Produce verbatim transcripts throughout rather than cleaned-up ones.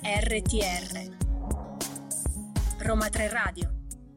R T R Roma tre Radio.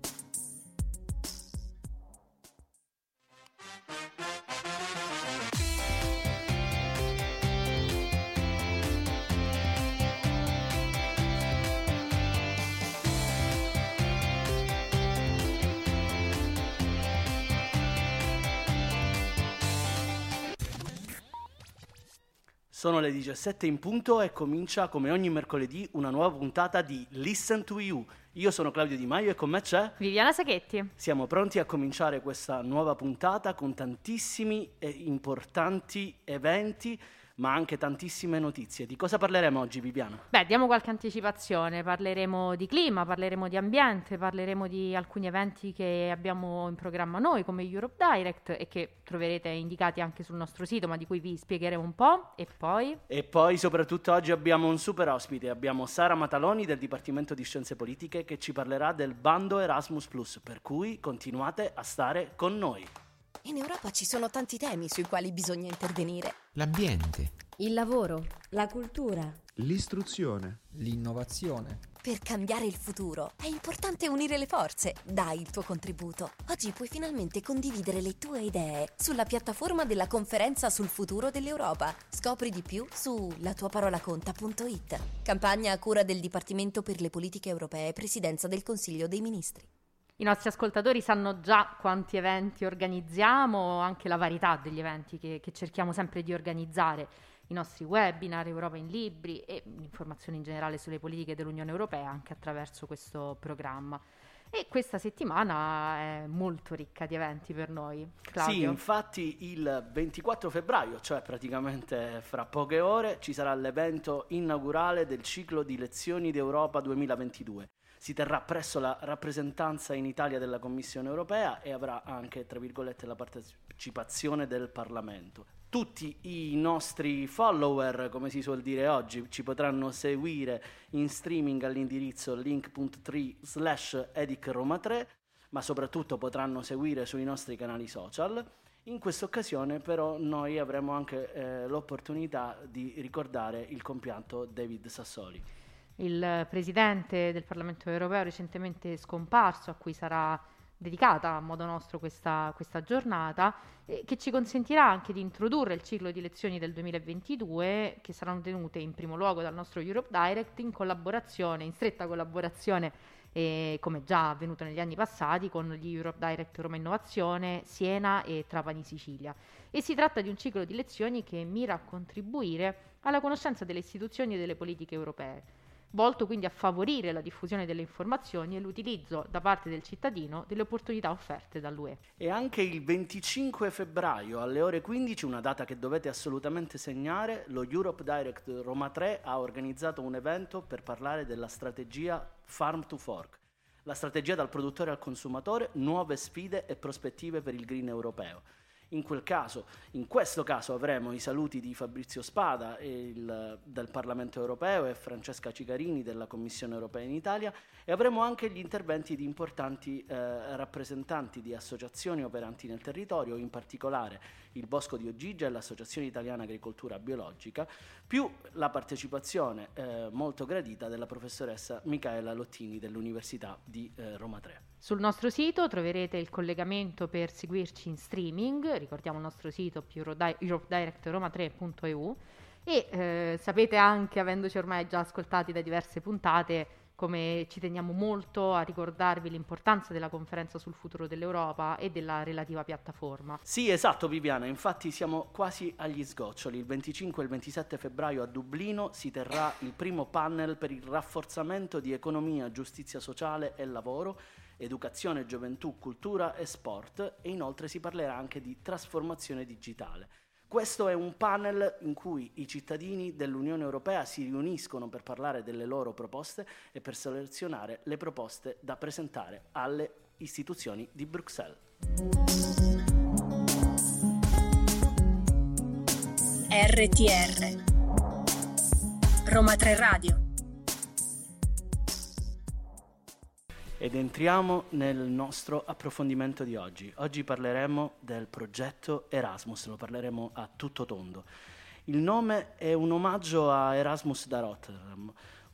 Sono le diciassette in punto e comincia come ogni mercoledì una nuova puntata di Listen to You. Io sono Claudio Di Maio e con me c'è Viviana Sacchetti. Siamo pronti a cominciare questa nuova puntata con tantissimi e importanti eventi, ma anche tantissime notizie. Di cosa parleremo oggi, Viviana? Beh, diamo qualche anticipazione. Parleremo di clima, parleremo di ambiente, parleremo di alcuni eventi che abbiamo in programma noi, come Europe Direct, e che troverete indicati anche sul nostro sito, ma di cui vi spiegheremo un po'. E poi? E poi, soprattutto, oggi abbiamo un super ospite. Abbiamo Sara Mataloni del Dipartimento di Scienze Politiche che ci parlerà del bando Erasmus plus, per cui continuate a stare con noi. In Europa ci sono tanti temi sui quali bisogna intervenire. L'ambiente, il lavoro, la cultura, l'istruzione, l'innovazione. Per cambiare il futuro è importante unire le forze. Dai il tuo contributo. Oggi puoi finalmente condividere le tue idee sulla piattaforma della Conferenza sul futuro dell'Europa. Scopri di più su la tua parola conta punto it. Campagna a cura del Dipartimento per le Politiche Europee, Presidenza del Consiglio dei Ministri. I nostri ascoltatori sanno già quanti eventi organizziamo, anche la varietà degli eventi che, che cerchiamo sempre di organizzare, i nostri webinar, Europa in Libri e informazioni in generale sulle politiche dell'Unione Europea anche attraverso questo programma. E questa settimana è molto ricca di eventi per noi, Claudio. Sì, infatti il ventiquattro febbraio, cioè praticamente fra poche ore, ci sarà l'evento inaugurale del ciclo di lezioni d'Europa duemilaventidue. Si terrà presso la rappresentanza in Italia della Commissione Europea e avrà anche, tra virgolette, la partecipazione del Parlamento. Tutti i nostri follower, come si suol dire oggi, ci potranno seguire in streaming all'indirizzo link.tree slash edic Roma tre, ma soprattutto potranno seguire sui nostri canali social. In questa occasione però noi avremo anche eh, l'opportunità di ricordare il compianto David Sassoli. Il presidente del Parlamento europeo recentemente scomparso, a cui sarà dedicata a modo nostro questa, questa giornata, eh, che ci consentirà anche di introdurre il ciclo di lezioni del duemilaventidue, che saranno tenute in primo luogo dal nostro Europe Direct in collaborazione, in stretta collaborazione, eh, come già avvenuto negli anni passati, con gli Europe Direct Roma Innovazione, Siena e Trapani Sicilia. E si tratta di un ciclo di lezioni che mira a contribuire alla conoscenza delle istituzioni e delle politiche europee, volto quindi a favorire la diffusione delle informazioni e l'utilizzo da parte del cittadino delle opportunità offerte dall'U E. E anche il venticinque febbraio alle ore quindici, una data che dovete assolutamente segnare, lo Europe Direct Roma tre ha organizzato un evento per parlare della strategia Farm to Fork, la strategia dal produttore al consumatore, nuove sfide e prospettive per il green europeo. In quel caso, in questo caso avremo i saluti di Fabrizio Spada e il, del Parlamento Europeo e Francesca Cicarini della Commissione Europea in Italia, e avremo anche gli interventi di importanti eh, rappresentanti di associazioni operanti nel territorio, in particolare il Bosco di Ogigia e l'Associazione Italiana Agricoltura Biologica, più la partecipazione eh, molto gradita della professoressa Micaela Lottini dell'Università di eh, Roma tre. Sul nostro sito troverete il collegamento per seguirci in streaming, ricordiamo il nostro sito europe direct roma tre punto e u, e eh, sapete anche, avendoci ormai già ascoltati da diverse puntate, come ci teniamo molto a ricordarvi l'importanza della conferenza sul futuro dell'Europa e della relativa piattaforma. Sì, esatto Viviana, infatti siamo quasi agli sgoccioli. Il venticinque e il ventisette febbraio a Dublino si terrà il primo panel per il rafforzamento di economia, giustizia sociale e lavoro, educazione, gioventù, cultura e sport, e inoltre si parlerà anche di trasformazione digitale. Questo è un panel in cui i cittadini dell'Unione Europea si riuniscono per parlare delle loro proposte e per selezionare le proposte da presentare alle istituzioni di Bruxelles. R T R Roma tre Radio. Ed entriamo nel nostro approfondimento di oggi. Oggi parleremo del progetto Erasmus, lo parleremo a tutto tondo. Il nome è un omaggio a Erasmus da Rotterdam,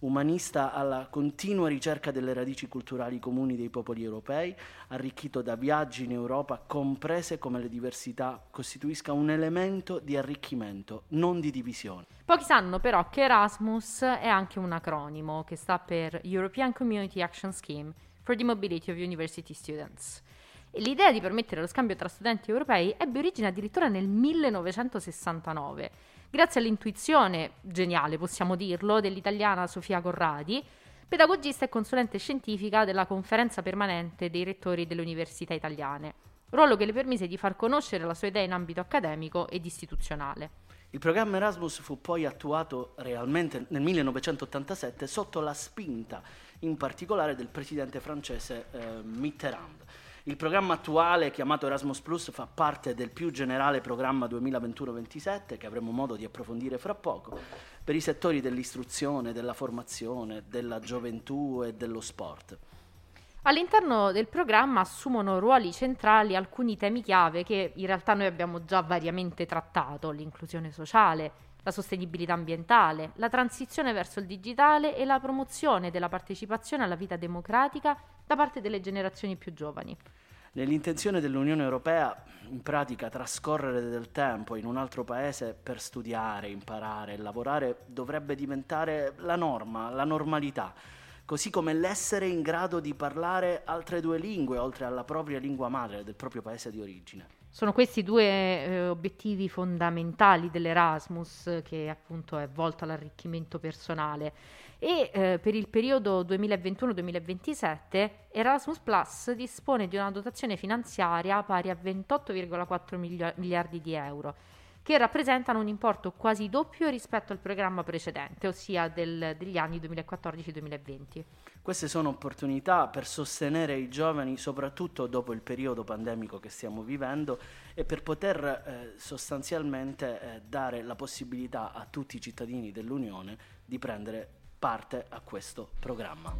umanista alla continua ricerca delle radici culturali comuni dei popoli europei, arricchito da viaggi in Europa, comprese come le diversità costituisca un elemento di arricchimento, non di divisione. Pochi sanno però che Erasmus è anche un acronimo che sta per European Community Action Scheme for the Mobility of University Students. E l'idea di permettere lo scambio tra studenti europei ebbe origine addirittura nel millenovecentosessantanove, grazie all'intuizione geniale, possiamo dirlo, dell'italiana Sofia Corradi, pedagogista e consulente scientifica della Conferenza Permanente dei Rettori delle Università Italiane, ruolo che le permise di far conoscere la sua idea in ambito accademico ed istituzionale. Il programma Erasmus fu poi attuato realmente nel millenovecentottantasette sotto la spinta in particolare del presidente francese eh, Mitterrand. Il programma attuale, chiamato Erasmus Plus, fa parte del più generale programma duemilaventuno ventisette, che avremo modo di approfondire fra poco, per i settori dell'istruzione, della formazione, della gioventù e dello sport. All'interno del programma assumono ruoli centrali alcuni temi chiave che in realtà noi abbiamo già variamente trattato: l'inclusione sociale, la sostenibilità ambientale, la transizione verso il digitale e la promozione della partecipazione alla vita democratica da parte delle generazioni più giovani. Nell'intenzione dell'Unione Europea, in pratica, trascorrere del tempo in un altro paese per studiare, imparare e lavorare dovrebbe diventare la norma, la normalità, così come l'essere in grado di parlare altre due lingue, oltre alla propria lingua madre del proprio paese di origine. Sono questi due eh, obiettivi fondamentali dell'Erasmus, che appunto è volto all'arricchimento personale. E eh, per il periodo duemilaventuno duemilaventisette Erasmus Plus dispone di una dotazione finanziaria pari a ventotto virgola quattro miliardi di euro, che rappresentano un importo quasi doppio rispetto al programma precedente, ossia del, degli anni duemilaquattordici duemilaventi. Queste sono opportunità per sostenere i giovani, soprattutto dopo il periodo pandemico che stiamo vivendo, e per poter eh, sostanzialmente eh, dare la possibilità a tutti i cittadini dell'Unione di prendere parte a questo programma.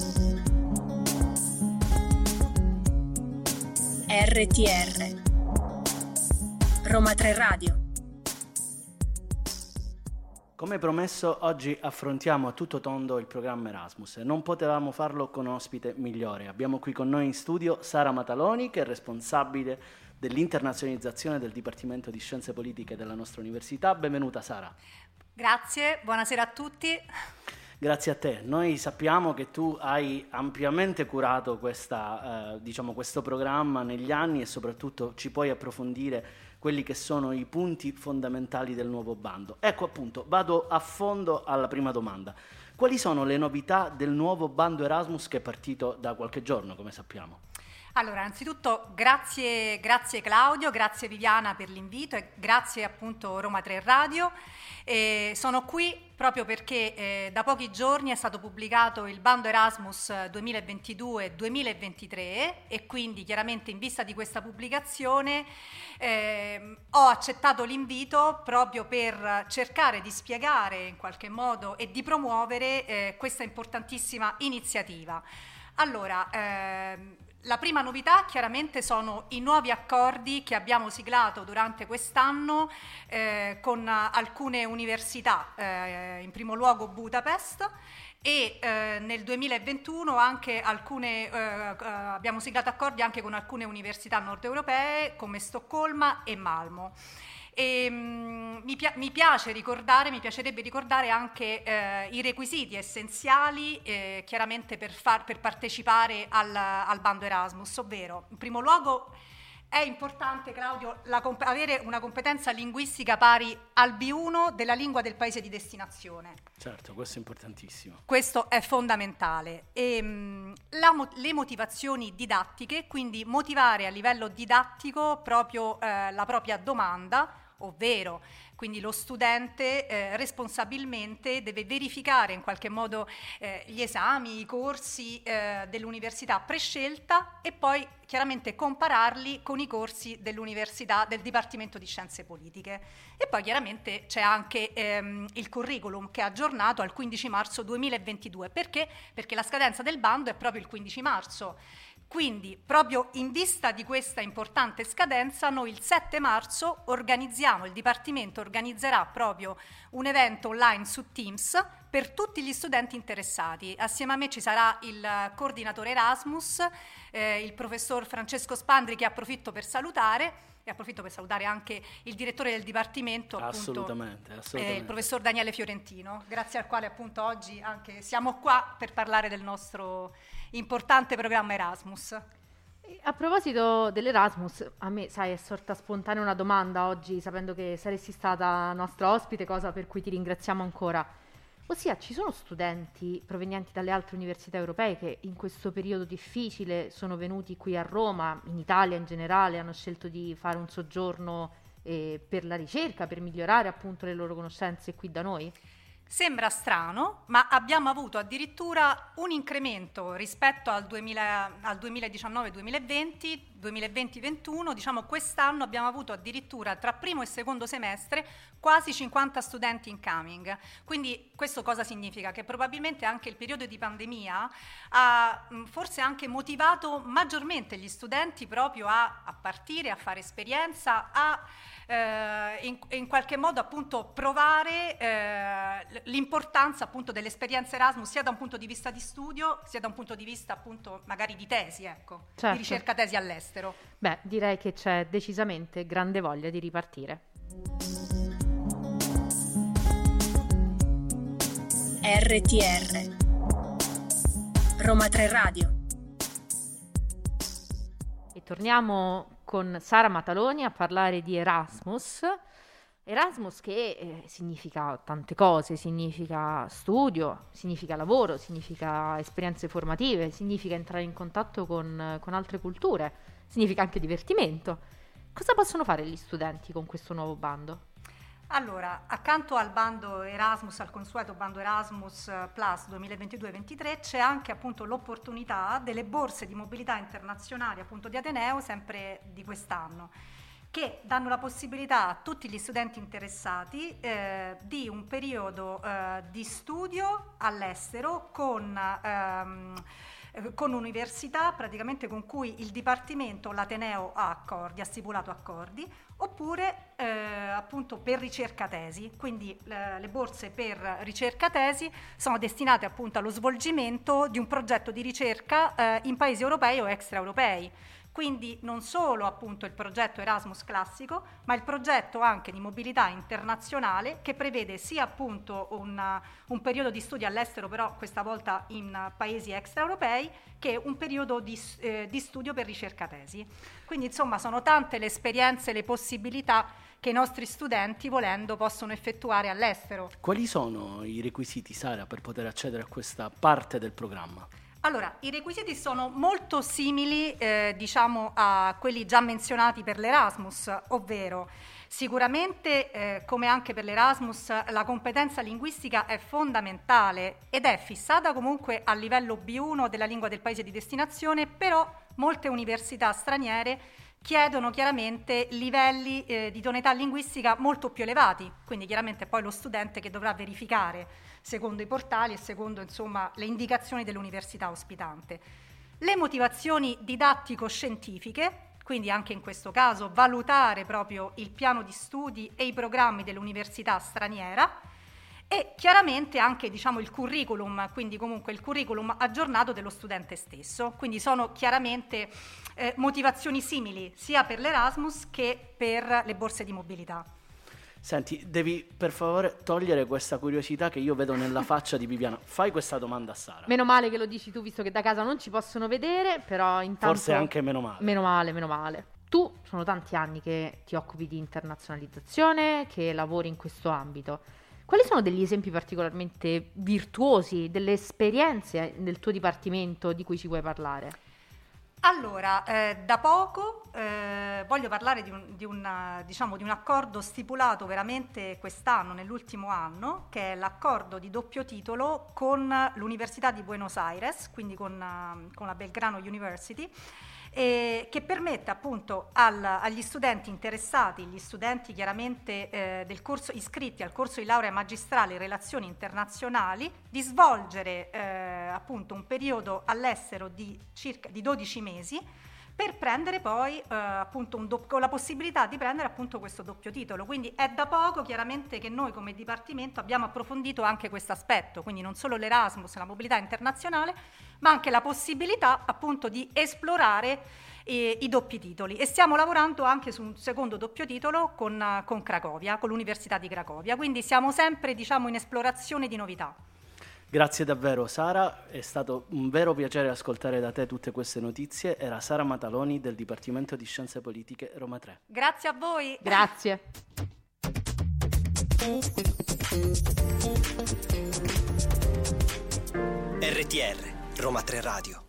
R T R Roma tre Radio. Come promesso, oggi affrontiamo a tutto tondo il programma Erasmus e non potevamo farlo con un ospite migliore. Abbiamo qui con noi in studio Sara Mataloni, che è responsabile dell'internazionalizzazione del Dipartimento di Scienze Politiche della nostra università. Benvenuta Sara. Grazie, buonasera a tutti. Grazie a te. Noi sappiamo che tu hai ampiamente curato questa, eh, diciamo, questo programma negli anni e soprattutto ci puoi approfondire quelli che sono i punti fondamentali del nuovo bando. Ecco appunto, vado a fondo alla prima domanda. Quali sono le novità del nuovo bando Erasmus che è partito da qualche giorno, come sappiamo? Allora, innanzitutto grazie, grazie Claudio, grazie Viviana per l'invito e grazie appunto Roma tre Radio. Eh, sono qui proprio perché eh, da pochi giorni è stato pubblicato il bando Erasmus duemilaventidue duemilaventitré e quindi chiaramente in vista di questa pubblicazione eh, ho accettato l'invito proprio per cercare di spiegare in qualche modo e di promuovere eh, questa importantissima iniziativa. Allora, ehm, la prima novità chiaramente sono i nuovi accordi che abbiamo siglato durante quest'anno eh, con alcune università, eh, in primo luogo Budapest, e eh, nel duemilaventuno anche alcune, eh, abbiamo siglato accordi anche con alcune università nord europee come Stoccolma e Malmo. E, mh, mi, pi- mi piace ricordare, mi piacerebbe ricordare anche eh, i requisiti essenziali eh, chiaramente per, far, per partecipare al, al bando Erasmus, ovvero in primo luogo è importante, Claudio, la comp- avere una competenza linguistica pari al B uno della lingua del paese di destinazione. Certo, questo è importantissimo. Questo è fondamentale. E, mh, la mo- le motivazioni didattiche, quindi motivare a livello didattico proprio eh, la propria domanda, ovvero quindi lo studente eh, responsabilmente deve verificare in qualche modo eh, gli esami, i corsi eh, dell'università prescelta e poi chiaramente compararli con i corsi dell'università, del Dipartimento di Scienze Politiche. E poi chiaramente c'è anche ehm, il curriculum che è aggiornato al quindici marzo duemilaventidue. Perché? Perché la scadenza del bando è proprio il quindici marzo. Quindi, proprio in vista di questa importante scadenza, noi il sette marzo organizziamo, il Dipartimento organizzerà proprio un evento online su Teams per tutti gli studenti interessati. Assieme a me ci sarà il coordinatore Erasmus, eh, il professor Francesco Spandri, che approfitto per salutare, e approfitto per salutare anche il direttore del Dipartimento, appunto, assolutamente, assolutamente. Eh, il professor Daniele Fiorentino, grazie al quale appunto oggi anche siamo qua per parlare del nostro importante programma Erasmus. A proposito dell'Erasmus, a me, sai, è sorta spontanea una domanda oggi, sapendo che saresti stata nostra ospite, cosa per cui ti ringraziamo ancora. Ossia, ci sono studenti provenienti dalle altre università europee che in questo periodo difficile sono venuti qui a Roma, in Italia in generale, hanno scelto di fare un soggiorno eh, per la ricerca, per migliorare appunto le loro conoscenze qui da noi? Sembra strano, ma abbiamo avuto addirittura un incremento rispetto al, duemila, al duemiladiciannove duemilaventi, duemilaventi ventuno, diciamo quest'anno abbiamo avuto addirittura tra primo e secondo semestre quasi cinquanta studenti incoming. Quindi questo cosa significa? Che probabilmente anche il periodo di pandemia ha forse anche motivato maggiormente gli studenti proprio a, a partire, a fare esperienza, a eh, in, in qualche modo appunto provare eh, l'importanza appunto dell'esperienza Erasmus sia da un punto di vista di studio sia da un punto di vista appunto magari di tesi, ecco, certo. Di ricerca tesi all'estero. Beh, direi che c'è decisamente grande voglia di ripartire. R T R Roma tre Radio. E torniamo con Sara Mataloni a parlare di Erasmus. Erasmus che eh, significa tante cose, significa studio, significa lavoro, significa esperienze formative, significa entrare in contatto con, con altre culture, significa anche divertimento. Cosa possono fare gli studenti con questo nuovo bando? Allora, accanto al bando Erasmus, al consueto bando Erasmus Plus duemilaventidue ventitré, c'è anche appunto l'opportunità delle borse di mobilità internazionali appunto di Ateneo, sempre di quest'anno, che danno la possibilità a tutti gli studenti interessati eh, di un periodo eh, di studio all'estero con, ehm, con università praticamente con cui il Dipartimento, l'Ateneo ha accordi, ha stipulato accordi, oppure eh, appunto per ricerca tesi. Quindi eh, le borse per ricerca tesi sono destinate appunto allo svolgimento di un progetto di ricerca eh, in paesi europei o extraeuropei. Quindi non solo appunto il progetto Erasmus classico, ma il progetto anche di mobilità internazionale che prevede sia appunto un, un periodo di studio all'estero, però questa volta in paesi extraeuropei, che un periodo di, eh, di studio per ricerca tesi. Quindi insomma sono tante le esperienze, le possibilità che i nostri studenti, volendo, possono effettuare all'estero. Quali sono i requisiti, Sara, per poter accedere a questa parte del programma? Allora, i requisiti sono molto simili, eh, diciamo, a quelli già menzionati per l'Erasmus, ovvero sicuramente, eh, come anche per l'Erasmus, la competenza linguistica è fondamentale ed è fissata comunque a livello B uno della lingua del paese di destinazione, però molte università straniere chiedono chiaramente livelli eh, di idoneità linguistica molto più elevati, quindi chiaramente poi lo studente che dovrà verificare secondo i portali e secondo insomma le indicazioni dell'università ospitante. Le motivazioni didattico-scientifiche, quindi anche in questo caso valutare proprio il piano di studi e i programmi dell'università straniera, e chiaramente anche diciamo il curriculum, quindi comunque il curriculum aggiornato dello studente stesso. Quindi sono chiaramente eh, motivazioni simili sia per l'Erasmus che per le borse di mobilità. Senti, devi per favore togliere questa curiosità che io vedo nella faccia di Viviana. Fai questa domanda a Sara. Meno male che lo dici tu, visto che da casa non ci possono vedere, però intanto... Forse anche meno male. Meno male, meno male. Tu sono tanti anni che ti occupi di internazionalizzazione, che lavori in questo ambito. Quali sono degli esempi particolarmente virtuosi, delle esperienze del tuo dipartimento di cui ci vuoi parlare? Allora, eh, da poco eh, voglio parlare di un, di, un, diciamo, di un accordo stipulato veramente quest'anno, nell'ultimo anno, che è l'accordo di doppio titolo con l'Università di Buenos Aires, quindi con, uh, con la Belgrano University, e che permette appunto al, agli studenti interessati, gli studenti chiaramente eh, del corso iscritti al corso di laurea magistrale in relazioni internazionali, di svolgere eh, appunto un periodo all'estero di circa di dodici mesi per prendere poi eh, appunto un do- con la possibilità di prendere appunto questo doppio titolo. Quindi è da poco chiaramente che noi come Dipartimento abbiamo approfondito anche questo aspetto, quindi non solo l'Erasmus e la mobilità internazionale, ma anche la possibilità appunto di esplorare eh, i doppi titoli, e stiamo lavorando anche su un secondo doppio titolo con, con Cracovia, con l'Università di Cracovia, quindi siamo sempre diciamo in esplorazione di novità. Grazie davvero Sara, è stato un vero piacere ascoltare da te tutte queste notizie. Era Sara Mataloni del Dipartimento di Scienze Politiche Roma tre. Grazie a voi. Grazie. R T R, Roma tre Radio.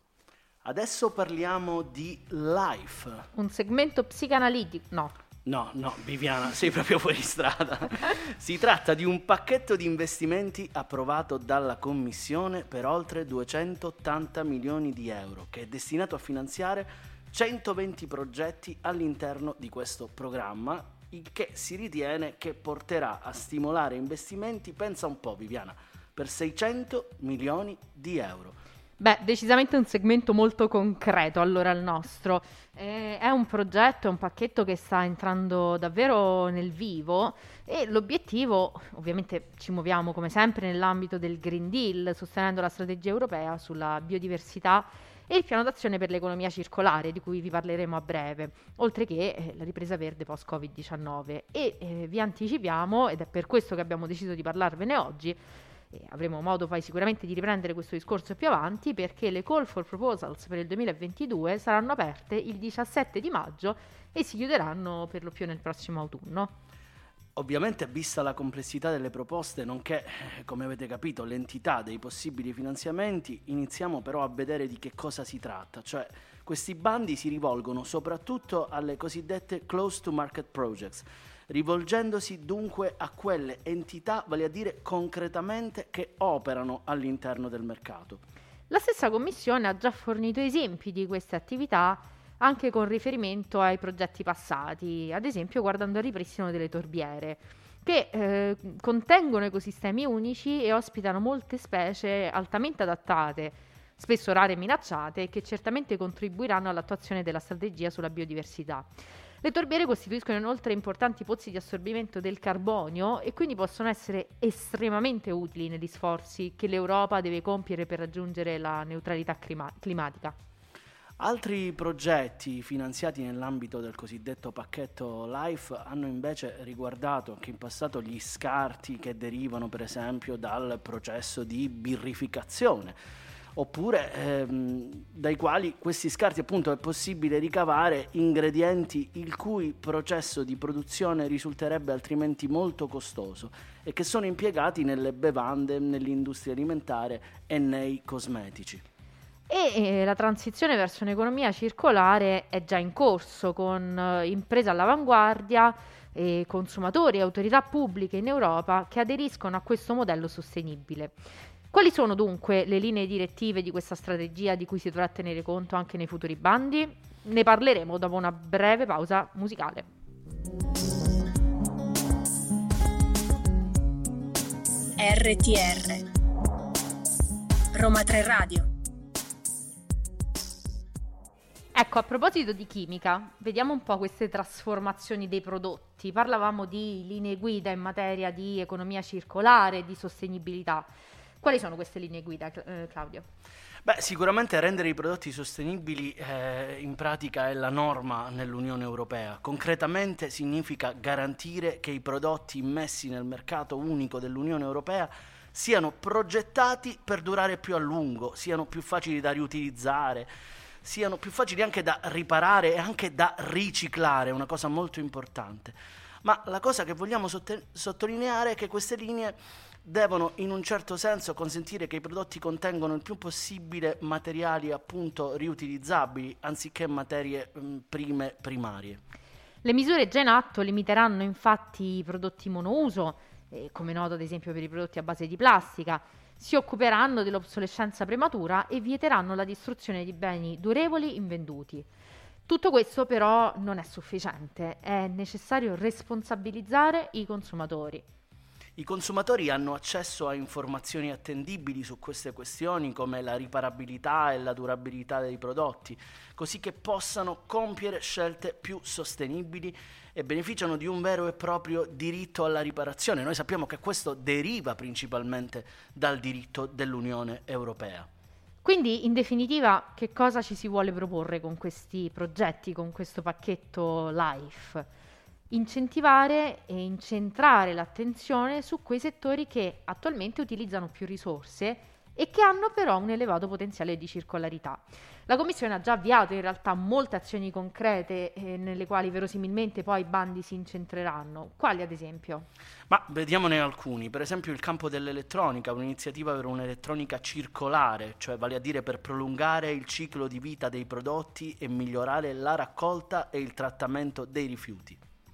Adesso parliamo di Life. Un segmento psicanalitico, no. No, no, Viviana, sei proprio fuori strada. Si tratta di un pacchetto di investimenti approvato dalla Commissione per oltre duecentottanta milioni di euro, che è destinato a finanziare centoventi progetti all'interno di questo programma, il che si ritiene che porterà a stimolare investimenti, pensa un po' Viviana, per seicento milioni di euro. Beh, decisamente un segmento molto concreto, allora il nostro. Eh, è un progetto, è un pacchetto che sta entrando davvero nel vivo e l'obiettivo, ovviamente ci muoviamo come sempre nell'ambito del Green Deal, sostenendo la strategia europea sulla biodiversità e il piano d'azione per l'economia circolare, di cui vi parleremo a breve, oltre che eh, la ripresa verde post-covid diciannove. E eh, vi anticipiamo, ed è per questo che abbiamo deciso di parlarvene oggi, e avremo modo poi sicuramente di riprendere questo discorso più avanti, perché le call for proposals per il duemilaventidue saranno aperte il diciassette di maggio e si chiuderanno per lo più nel prossimo autunno. Ovviamente, vista la complessità delle proposte, nonché, come avete capito, l'entità dei possibili finanziamenti, iniziamo però a vedere di che cosa si tratta. Cioè, questi bandi si rivolgono soprattutto alle cosiddette close to market projects, rivolgendosi dunque a quelle entità, vale a dire concretamente, che operano all'interno del mercato. La stessa Commissione ha già fornito esempi di queste attività anche con riferimento ai progetti passati, ad esempio guardando al ripristino delle torbiere, che eh, contengono ecosistemi unici e ospitano molte specie altamente adattate, spesso rare e minacciate, che certamente contribuiranno all'attuazione della strategia sulla biodiversità. Le torbiere costituiscono inoltre importanti pozzi di assorbimento del carbonio e quindi possono essere estremamente utili negli sforzi che l'Europa deve compiere per raggiungere la neutralità clima- climatica. Altri progetti finanziati nell'ambito del cosiddetto pacchetto LIFE hanno invece riguardato anche in passato gli scarti che derivano per esempio dal processo di birrificazione, oppure ehm, dai quali questi scarti appunto è possibile ricavare ingredienti il cui processo di produzione risulterebbe altrimenti molto costoso e che sono impiegati nelle bevande, nell'industria alimentare e nei cosmetici. E eh, la transizione verso un'economia circolare è già in corso, con eh, imprese all'avanguardia, e consumatori e autorità pubbliche in Europa che aderiscono a questo modello sostenibile. Quali sono dunque le linee direttive di questa strategia di cui si dovrà tenere conto anche nei futuri bandi? Ne parleremo dopo una breve pausa musicale. R T R Roma tre Radio. Ecco, a proposito di chimica, vediamo un po' queste trasformazioni dei prodotti. Parlavamo di linee guida in materia di economia circolare, di sostenibilità. Quali sono queste linee guida, eh, Claudio? Beh, sicuramente rendere i prodotti sostenibili eh, in pratica è la norma nell'Unione Europea. Concretamente significa garantire che i prodotti immessi nel mercato unico dell'Unione Europea siano progettati per durare più a lungo, siano più facili da riutilizzare, siano più facili anche da riparare e anche da riciclare, una cosa molto importante. Ma la cosa che vogliamo sotte- sottolineare è che queste linee devono in un certo senso consentire che i prodotti contengano il più possibile materiali appunto riutilizzabili anziché materie mh, prime primarie. Le misure già in atto limiteranno infatti i prodotti monouso, eh, come noto ad esempio per i prodotti a base di plastica, si occuperanno dell'obsolescenza prematura e vieteranno la distruzione di beni durevoli invenduti. Tutto questo però non è sufficiente, è necessario responsabilizzare i consumatori. I consumatori hanno accesso a informazioni attendibili su queste questioni come la riparabilità e la durabilità dei prodotti, così che possano compiere scelte più sostenibili e beneficiano di un vero e proprio diritto alla riparazione. Noi sappiamo che questo deriva principalmente dal diritto dell'Unione Europea. Quindi, in definitiva, che cosa ci si vuole proporre con questi progetti, con questo pacchetto LIFE? Incentivare e incentrare l'attenzione su quei settori che attualmente utilizzano più risorse e che hanno però un elevato potenziale di circolarità. La Commissione ha già avviato in realtà molte azioni concrete eh, nelle quali verosimilmente poi i bandi si incentreranno. Quali ad esempio? Ma vediamone alcuni, per esempio il campo dell'elettronica, un'iniziativa per un'elettronica circolare, cioè vale a dire per prolungare il ciclo di vita dei prodotti e migliorare la raccolta e il trattamento dei rifiuti.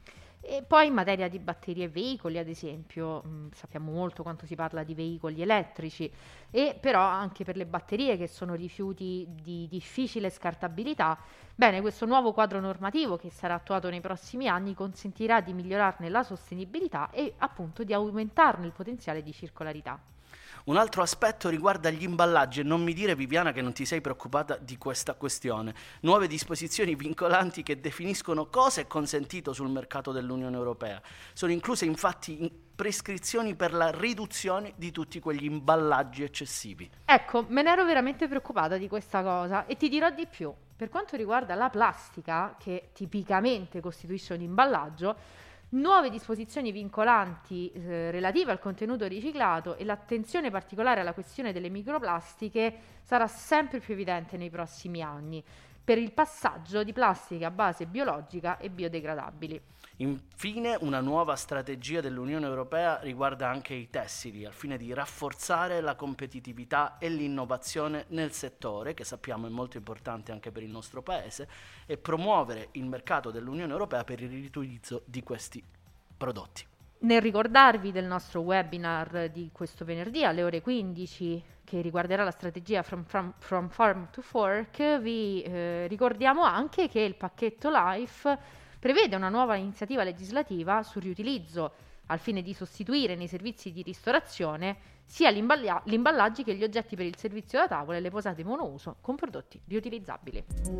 E poi in materia di batterie e veicoli, ad esempio, mh, sappiamo molto quanto si parla di veicoli elettrici, e però anche per le batterie, che sono rifiuti di difficile scartabilità, bene, questo nuovo quadro normativo che sarà attuato nei prossimi anni consentirà di migliorarne la sostenibilità e appunto di aumentarne il potenziale di circolarità. Un altro aspetto riguarda gli imballaggi e non mi dire, Viviana, che non ti sei preoccupata di questa questione. Nuove disposizioni vincolanti che definiscono cosa è consentito sul mercato dell'Unione Europea. Sono incluse infatti in prescrizioni per la riduzione di tutti quegli imballaggi eccessivi. Ecco, me ne ero veramente preoccupata di questa cosa e ti dirò di più. Per quanto riguarda la plastica, che tipicamente costituisce un imballaggio, nuove disposizioni vincolanti eh, relative al contenuto riciclato e l'attenzione particolare alla questione delle microplastiche sarà sempre più evidente nei prossimi anni per il passaggio di plastica a base biologica e biodegradabili. Infine, una nuova strategia dell'Unione Europea riguarda anche i tessili, al fine di rafforzare la competitività e l'innovazione nel settore, che sappiamo è molto importante anche per il nostro Paese, e promuovere il mercato dell'Unione Europea per il riutilizzo di questi prodotti. Nel ricordarvi del nostro webinar di questo venerdì alle ore quindici, che riguarderà la strategia From, from, from Farm to Fork, vi eh, ricordiamo anche che il pacchetto LIFE prevede una nuova iniziativa legislativa sul riutilizzo al fine di sostituire nei servizi di ristorazione sia gli imballa- gli imballaggi che gli oggetti per il servizio da tavola e le posate monouso con prodotti riutilizzabili.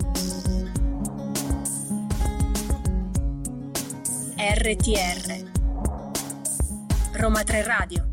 R T R Roma tre Radio.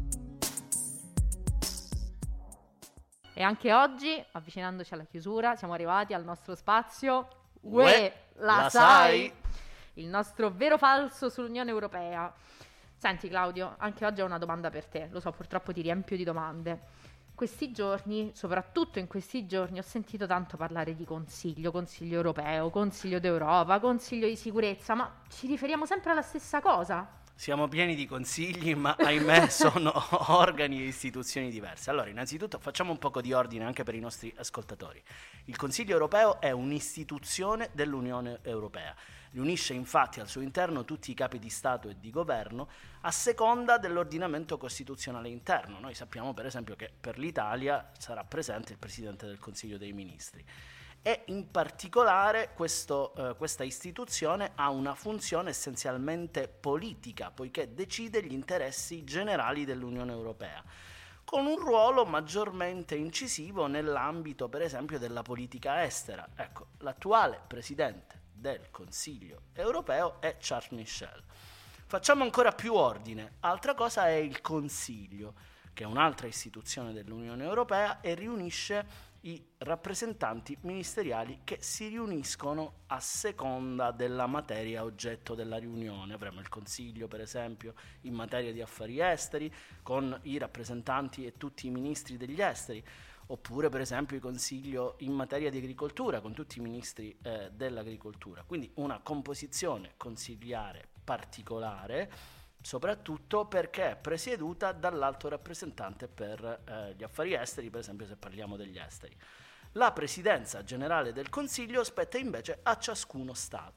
E anche oggi, avvicinandoci alla chiusura, siamo arrivati al nostro spazio Uè, la, la sai? sai? Il nostro vero o falso sull'Unione Europea. Senti Claudio, anche oggi ho una domanda per te. Lo so, purtroppo ti riempio di domande. Questi giorni, soprattutto in questi giorni, ho sentito tanto parlare di Consiglio, Consiglio Europeo, Consiglio d'Europa, Consiglio di Sicurezza, ma ci riferiamo sempre alla stessa cosa? Siamo pieni di consigli, ma ahimè sono organi e istituzioni diverse. Allora, innanzitutto facciamo un poco di ordine anche per i nostri ascoltatori. Il Consiglio europeo è un'istituzione dell'Unione Europea. Riunisce infatti al suo interno tutti i capi di Stato e di governo a seconda dell'ordinamento costituzionale interno. Noi sappiamo per esempio che per l'Italia sarà presente il Presidente del Consiglio dei Ministri. E in particolare questo, eh, questa istituzione ha una funzione essenzialmente politica, poiché decide gli interessi generali dell'Unione Europea, con un ruolo maggiormente incisivo nell'ambito, per esempio, della politica estera. Ecco, l'attuale Presidente del Consiglio Europeo è Charles Michel. Facciamo ancora più ordine. Altra cosa è il Consiglio, che è un'altra istituzione dell'Unione Europea e riunisce i rappresentanti ministeriali che si riuniscono a seconda della materia oggetto della riunione. Avremo il Consiglio, per esempio, in materia di affari esteri, con i rappresentanti e tutti i ministri degli esteri, oppure per esempio il Consiglio in materia di agricoltura, con tutti i ministri eh, dell'agricoltura. Quindi una composizione consigliare particolare, soprattutto perché è presieduta dall'alto rappresentante per eh, gli affari esteri, per esempio se parliamo degli esteri. La presidenza generale del Consiglio spetta invece a ciascuno Stato.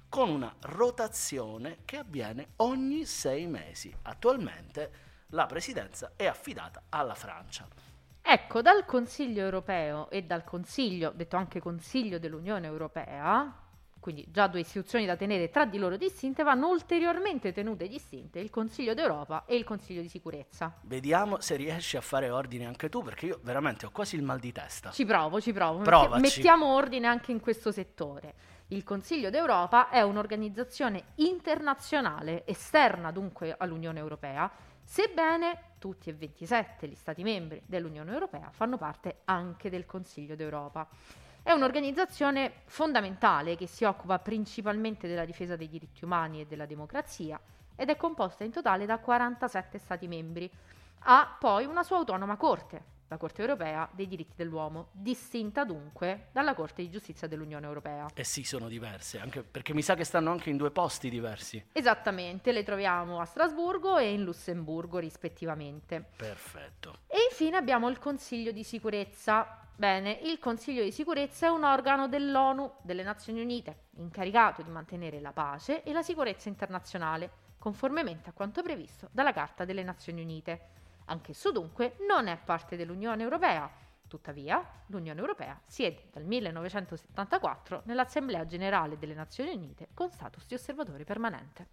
con una rotazione che avviene ogni sei mesi. Attualmente la presidenza è affidata alla Francia. Ecco, dal Consiglio europeo e dal Consiglio, detto anche Consiglio dell'Unione Europea, quindi già due istituzioni da tenere tra di loro distinte, vanno ulteriormente tenute distinte il Consiglio d'Europa e il Consiglio di sicurezza. Vediamo se riesci a fare ordine anche tu, perché io veramente ho quasi il mal di testa. Ci provo, ci provo. Provaci. Mettiamo ordine anche in questo settore. Il Consiglio d'Europa è un'organizzazione internazionale, esterna dunque all'Unione Europea, sebbene tutti e ventisette gli Stati membri dell'Unione Europea fanno parte anche del Consiglio d'Europa. È un'organizzazione fondamentale che si occupa principalmente della difesa dei diritti umani e della democrazia ed è composta in totale da quarantasette Stati membri. Ha poi una sua autonoma corte, la Corte europea dei diritti dell'uomo, distinta dunque dalla Corte di giustizia dell'Unione Europea. Eh sì, sono diverse, anche perché mi sa che stanno anche in due posti diversi. Esattamente, le troviamo a Strasburgo e in Lussemburgo rispettivamente. Perfetto. E infine abbiamo il Consiglio di sicurezza. Bene, il Consiglio di sicurezza è un organo dell'ONU, delle Nazioni Unite, incaricato di mantenere la pace e la sicurezza internazionale, conformemente a quanto previsto dalla Carta delle Nazioni Unite. Anch'esso dunque non è parte dell'Unione Europea. Tuttavia, l'Unione Europea siede dal millenovecentosettantaquattro nell'Assemblea Generale delle Nazioni Unite con status di osservatore permanente.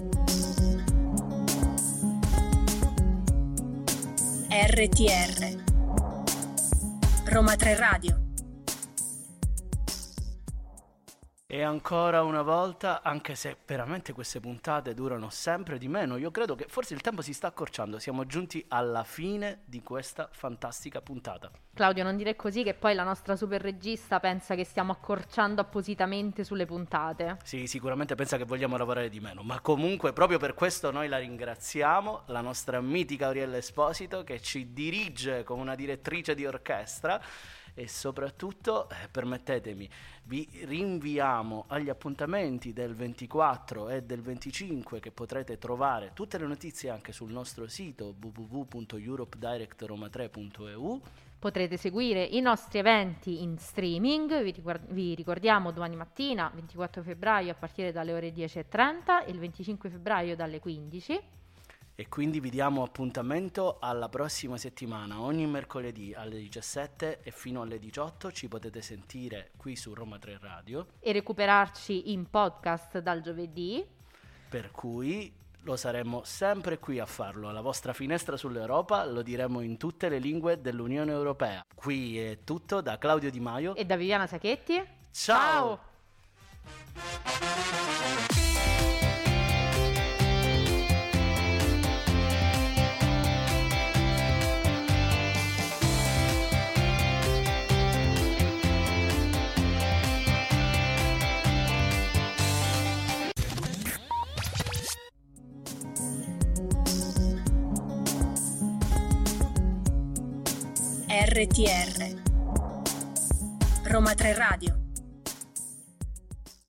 R T R Roma tre Radio. E ancora una volta, anche se veramente queste puntate durano sempre di meno, io credo che forse il tempo si sta accorciando, siamo giunti alla fine di questa fantastica puntata. Claudio, non dire così che poi la nostra super regista pensa che stiamo accorciando appositamente sulle puntate. Sì, sicuramente pensa che vogliamo lavorare di meno, ma comunque proprio per questo noi la ringraziamo, la nostra mitica Auriella Esposito, che ci dirige come una direttrice di orchestra. E soprattutto, eh, permettetemi, vi rinviamo agli appuntamenti del ventiquattro e del venticinque, che potrete trovare tutte le notizie anche sul nostro sito w w w punto europe direct roma tre punto e u. Potrete seguire i nostri eventi in streaming, vi, riguard- vi ricordiamo domani mattina, ventiquattro febbraio, a partire dalle ore dieci e trenta e il venticinque febbraio dalle quindici. E quindi vi diamo appuntamento alla prossima settimana, ogni mercoledì alle diciassette e fino alle diciotto ci potete sentire qui su Roma tre Radio. E recuperarci in podcast dal giovedì. Per cui lo saremo sempre qui a farlo, alla vostra finestra sull'Europa, lo diremo in tutte le lingue dell'Unione Europea. Qui è tutto da Claudio Di Maio e da Viviana Sachetti. Ciao! Ciao! R T R Roma tre Radio.